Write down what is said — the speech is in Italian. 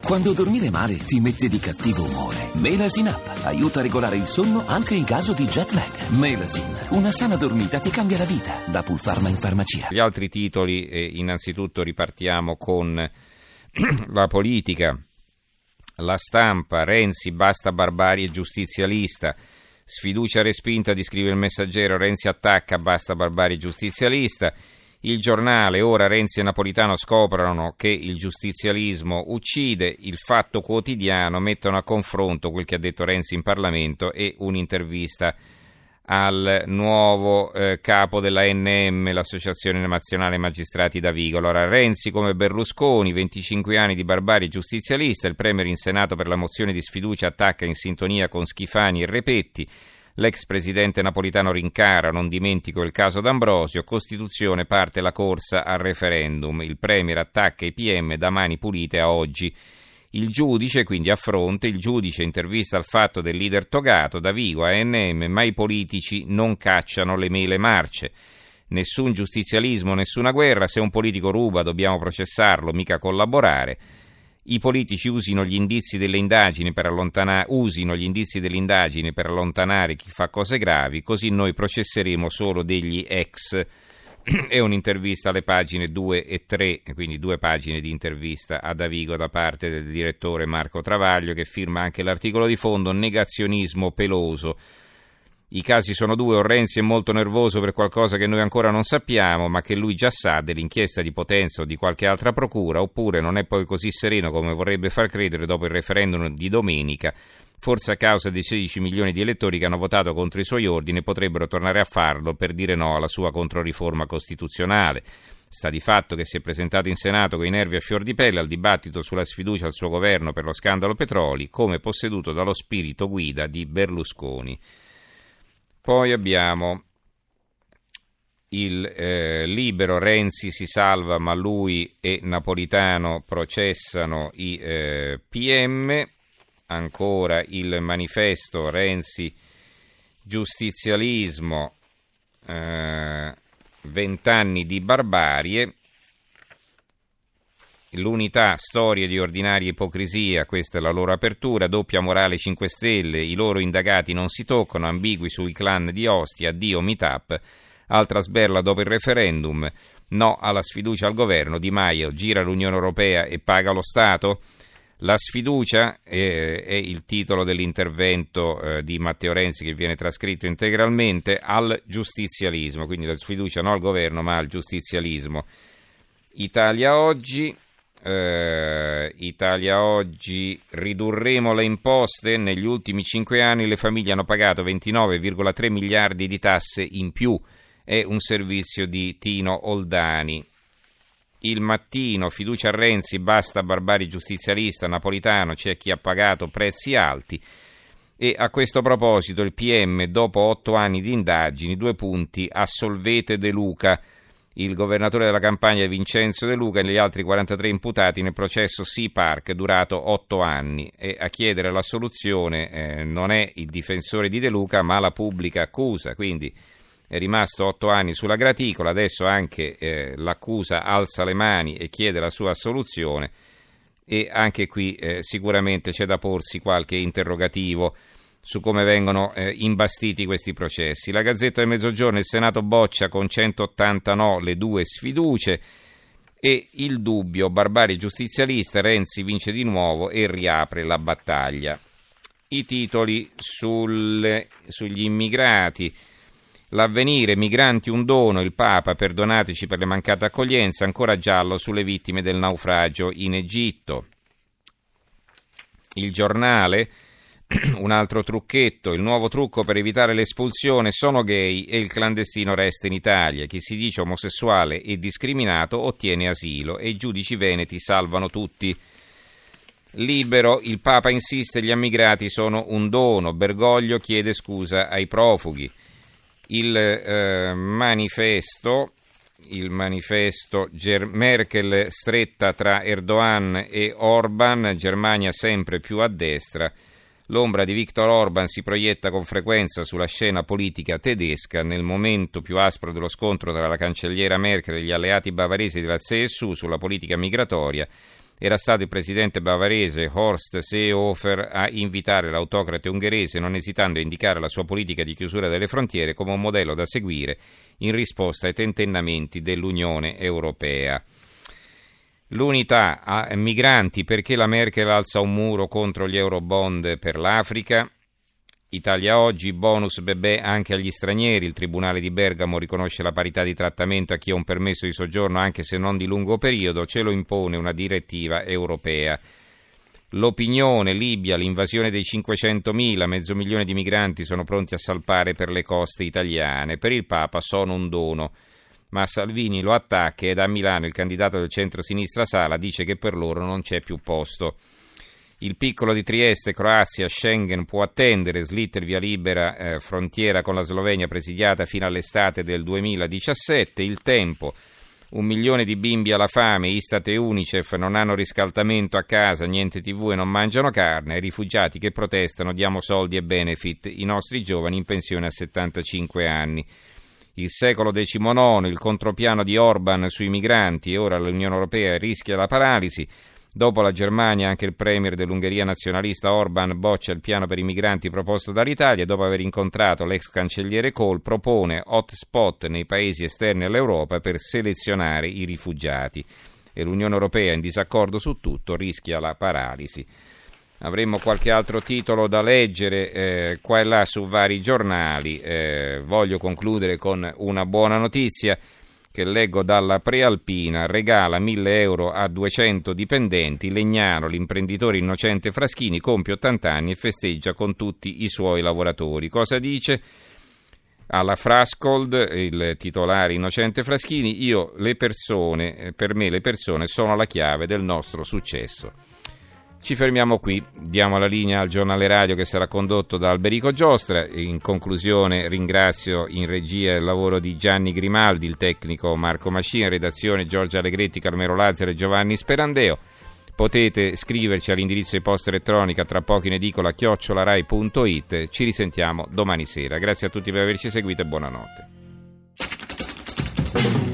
Quando dormire male ti mette di cattivo umore. Melasin Up aiuta a regolare il sonno anche in caso di jet lag. Melasin, una sana dormita ti cambia la vita. Da Pulpharma in farmacia. Gli altri titoli, innanzitutto ripartiamo con la politica. La Stampa, Renzi basta barbarie giustizialista. Sfiducia respinta, descrive il Messaggero, Renzi attacca, basta barbarie giustizialista. Il Giornale, ora Renzi e Napolitano scoprono che il giustizialismo uccide. Il Fatto Quotidiano mettono a confronto quel che ha detto Renzi in Parlamento e un'intervista al nuovo capo della ANM, l'Associazione Nazionale Magistrati da Vigo. Allora, Renzi come Berlusconi, 25 anni di barbarie giustizialista, il premier in Senato per la mozione di sfiducia attacca in sintonia con Schifani e Repetti, l'ex presidente Napolitano rincara, non dimentico il caso D'Ambrosio, Costituzione parte la corsa al referendum, il premier attacca i PM da mani pulite a oggi. Il giudice, quindi a fronte, il giudice intervista al Fatto del leader togato, da Vigo a ANM, ma i politici non cacciano le mele marce. Nessun giustizialismo, nessuna guerra, se un politico ruba dobbiamo processarlo, mica collaborare. I politici usino gli indizi delle indagini per allontanare chi fa cose gravi, così noi processeremo solo degli ex. È un'intervista alle pagine 2 e 3, quindi 2 pagine di intervista a Davigo da parte del direttore Marco Travaglio, che firma anche l'articolo di fondo Negazionismo peloso. I casi sono 2, o Renzi è molto nervoso per qualcosa che noi ancora non sappiamo, ma che lui già sa, dell'inchiesta di Potenza o di qualche altra procura, oppure non è poi così sereno come vorrebbe far credere dopo il referendum di domenica, forse a causa dei 16 milioni di elettori che hanno votato contro i suoi ordini potrebbero tornare a farlo per dire no alla sua controriforma costituzionale. Sta di fatto che si è presentato in Senato con i nervi a fior di pelle al dibattito sulla sfiducia al suo governo per lo scandalo petroli, come posseduto dallo spirito guida di Berlusconi. Poi abbiamo il Libero, Renzi si salva ma lui e Napolitano processano i PM, ancora il Manifesto, Renzi giustizialismo, 20 anni di barbarie. L'Unità, storie di ordinaria ipocrisia, questa è la loro apertura, doppia morale 5 Stelle, i loro indagati non si toccano, ambigui sui clan di Ostia, addio Meetup, altra sberla dopo il referendum, no alla sfiducia al governo, Di Maio gira l'Unione Europea e paga lo Stato. La sfiducia è il titolo dell'intervento di Matteo Renzi che viene trascritto integralmente, al giustizialismo, quindi la sfiducia non al governo ma al giustizialismo. Italia Oggi, ridurremo le imposte, negli ultimi 5 anni le famiglie hanno pagato 29,3 miliardi di tasse in più, è un servizio di Tino Oldani. Il Mattino, fiducia a Renzi, basta barbarie giustizialista, Napolitano, c'è chi ha pagato prezzi alti. E a questo proposito il PM, dopo 8 anni di indagini, 2 punti, assolvete De Luca. Il governatore della Campania Vincenzo De Luca e gli altri 43 imputati nel processo Sea Park durato 8 anni e a chiedere l'assoluzione non è il difensore di De Luca ma la pubblica accusa, quindi è rimasto 8 anni sulla graticola, adesso anche l'accusa alza le mani e chiede la sua assoluzione e anche qui sicuramente c'è da porsi qualche interrogativo su come vengono imbastiti questi processi. La Gazzetta del Mezzogiorno, il Senato boccia con 180 no le 2 sfiducie e il Dubbio, barbarie giustizialista, Renzi vince di nuovo e riapre la battaglia. I titoli sugli immigrati. L'Avvenire, migranti un dono, il Papa, perdonateci per le mancate accoglienze, ancora giallo sulle vittime del naufragio in Egitto. Il Giornale, un altro trucchetto, il nuovo trucco per evitare l'espulsione, sono gay e il clandestino resta in Italia, chi si dice omosessuale e discriminato ottiene asilo e i giudici veneti salvano tutti. Libero, il Papa insiste, gli immigrati sono un dono, Bergoglio chiede scusa ai profughi. Il manifesto, Merkel stretta tra Erdogan e Orban, Germania sempre più a destra. L'ombra di Viktor Orban si proietta con frequenza sulla scena politica tedesca nel momento più aspro dello scontro tra la cancelliera Merkel e gli alleati bavaresi della CSU sulla politica migratoria. Era stato il presidente bavarese Horst Seehofer a invitare l'autocrate ungherese, non esitando a indicare la sua politica di chiusura delle frontiere come un modello da seguire in risposta ai tentennamenti dell'Unione Europea. L'unità a migranti, perché la Merkel alza un muro contro gli eurobond per l'Africa. Italia Oggi, bonus bebè anche agli stranieri, il Tribunale di Bergamo riconosce la parità di trattamento a chi ha un permesso di soggiorno anche se non di lungo periodo, ce lo impone una direttiva europea. L'Opinione, Libia, l'invasione dei 500.000, 500.000 di migranti sono pronti a salpare per le coste italiane, per il Papa sono un dono. Ma Salvini lo attacca ed a Milano il candidato del centro-sinistra Sala dice che per loro non c'è più posto. Il Piccolo di Trieste, Croazia, Schengen può attendere, slitta il via libera, frontiera con la Slovenia presidiata fino all'estate del 2017. Il Tempo, 1 milione di bimbi alla fame, Istat e Unicef non hanno riscaldamento a casa, niente TV e non mangiano carne, ai rifugiati che protestano diamo soldi e benefit, i nostri giovani in pensione a 75 anni. Il Secolo XIX, il contropiano di Orban sui migranti, ora l'Unione Europea rischia la paralisi. Dopo la Germania anche il premier dell'Ungheria nazionalista Orban boccia il piano per i migranti proposto dall'Italia e dopo aver incontrato l'ex cancelliere Kohl propone hotspot nei paesi esterni all'Europa per selezionare i rifugiati. E l'Unione Europea, in disaccordo su tutto, rischia la paralisi. Avremmo qualche altro titolo da leggere qua e là su vari giornali. Voglio concludere con una buona notizia che leggo dalla Prealpina: regala 1.000 euro a 200 dipendenti, Legnano, l'imprenditore innocente Fraschini, compie 80 anni e festeggia con tutti i suoi lavoratori. Cosa dice? Alla Frascold, il titolare innocente Fraschini: per me le persone sono la chiave del nostro successo. Ci fermiamo qui, diamo la linea al giornale radio che sarà condotto da Alberico Giostra. In conclusione ringrazio in regia il lavoro di Gianni Grimaldi, il tecnico Marco Mascina, in redazione Giorgia Allegretti, Carmelo Lazzaro e Giovanni Sperandeo. Potete scriverci all'indirizzo di posta elettronica tra poco in edicola @rai.it. Ci risentiamo domani sera. Grazie a tutti per averci seguito e buonanotte.